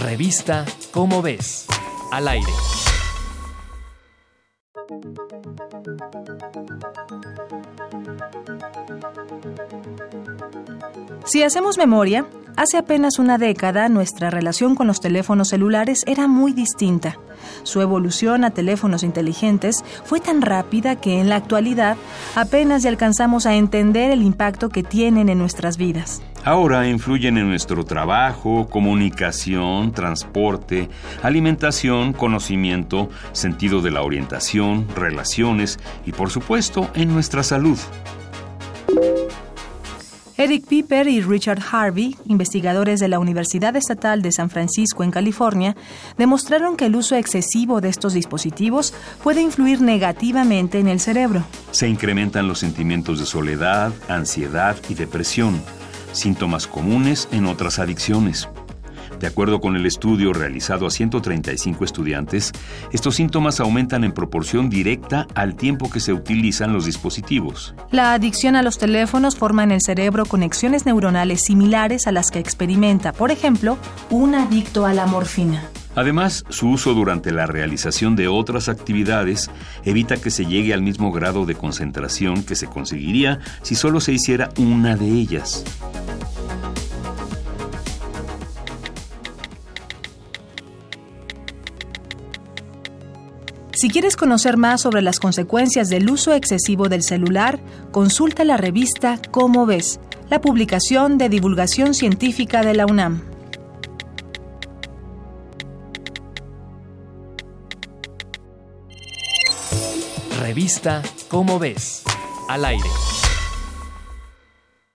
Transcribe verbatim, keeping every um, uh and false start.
Revista Cómo Ves, al aire. Si hacemos memoria, hace apenas una década nuestra relación con los teléfonos celulares era muy distinta. Su evolución a teléfonos inteligentes fue tan rápida que en la actualidad apenas ya alcanzamos a entender el impacto que tienen en nuestras vidas. Ahora influyen en nuestro trabajo, comunicación, transporte, alimentación, conocimiento, sentido de la orientación, relaciones y, por supuesto, en nuestra salud. Eric Piper y Richard Harvey, investigadores de la Universidad Estatal de San Francisco en California, demostraron que el uso excesivo de estos dispositivos puede influir negativamente en el cerebro. Se incrementan los sentimientos de soledad, ansiedad y depresión, síntomas comunes en otras adicciones. De acuerdo con el estudio realizado a ciento treinta y cinco estudiantes, estos síntomas aumentan en proporción directa al tiempo que se utilizan los dispositivos. La adicción a los teléfonos forma en el cerebro conexiones neuronales similares a las que experimenta, por ejemplo, un adicto a la morfina. Además, su uso durante la realización de otras actividades evita que se llegue al mismo grado de concentración que se conseguiría si solo se hiciera una de ellas. Si quieres conocer más sobre las consecuencias del uso excesivo del celular, consulta la revista Cómo Ves, la publicación de divulgación científica de la UNAM. Revista Cómo Ves, al aire.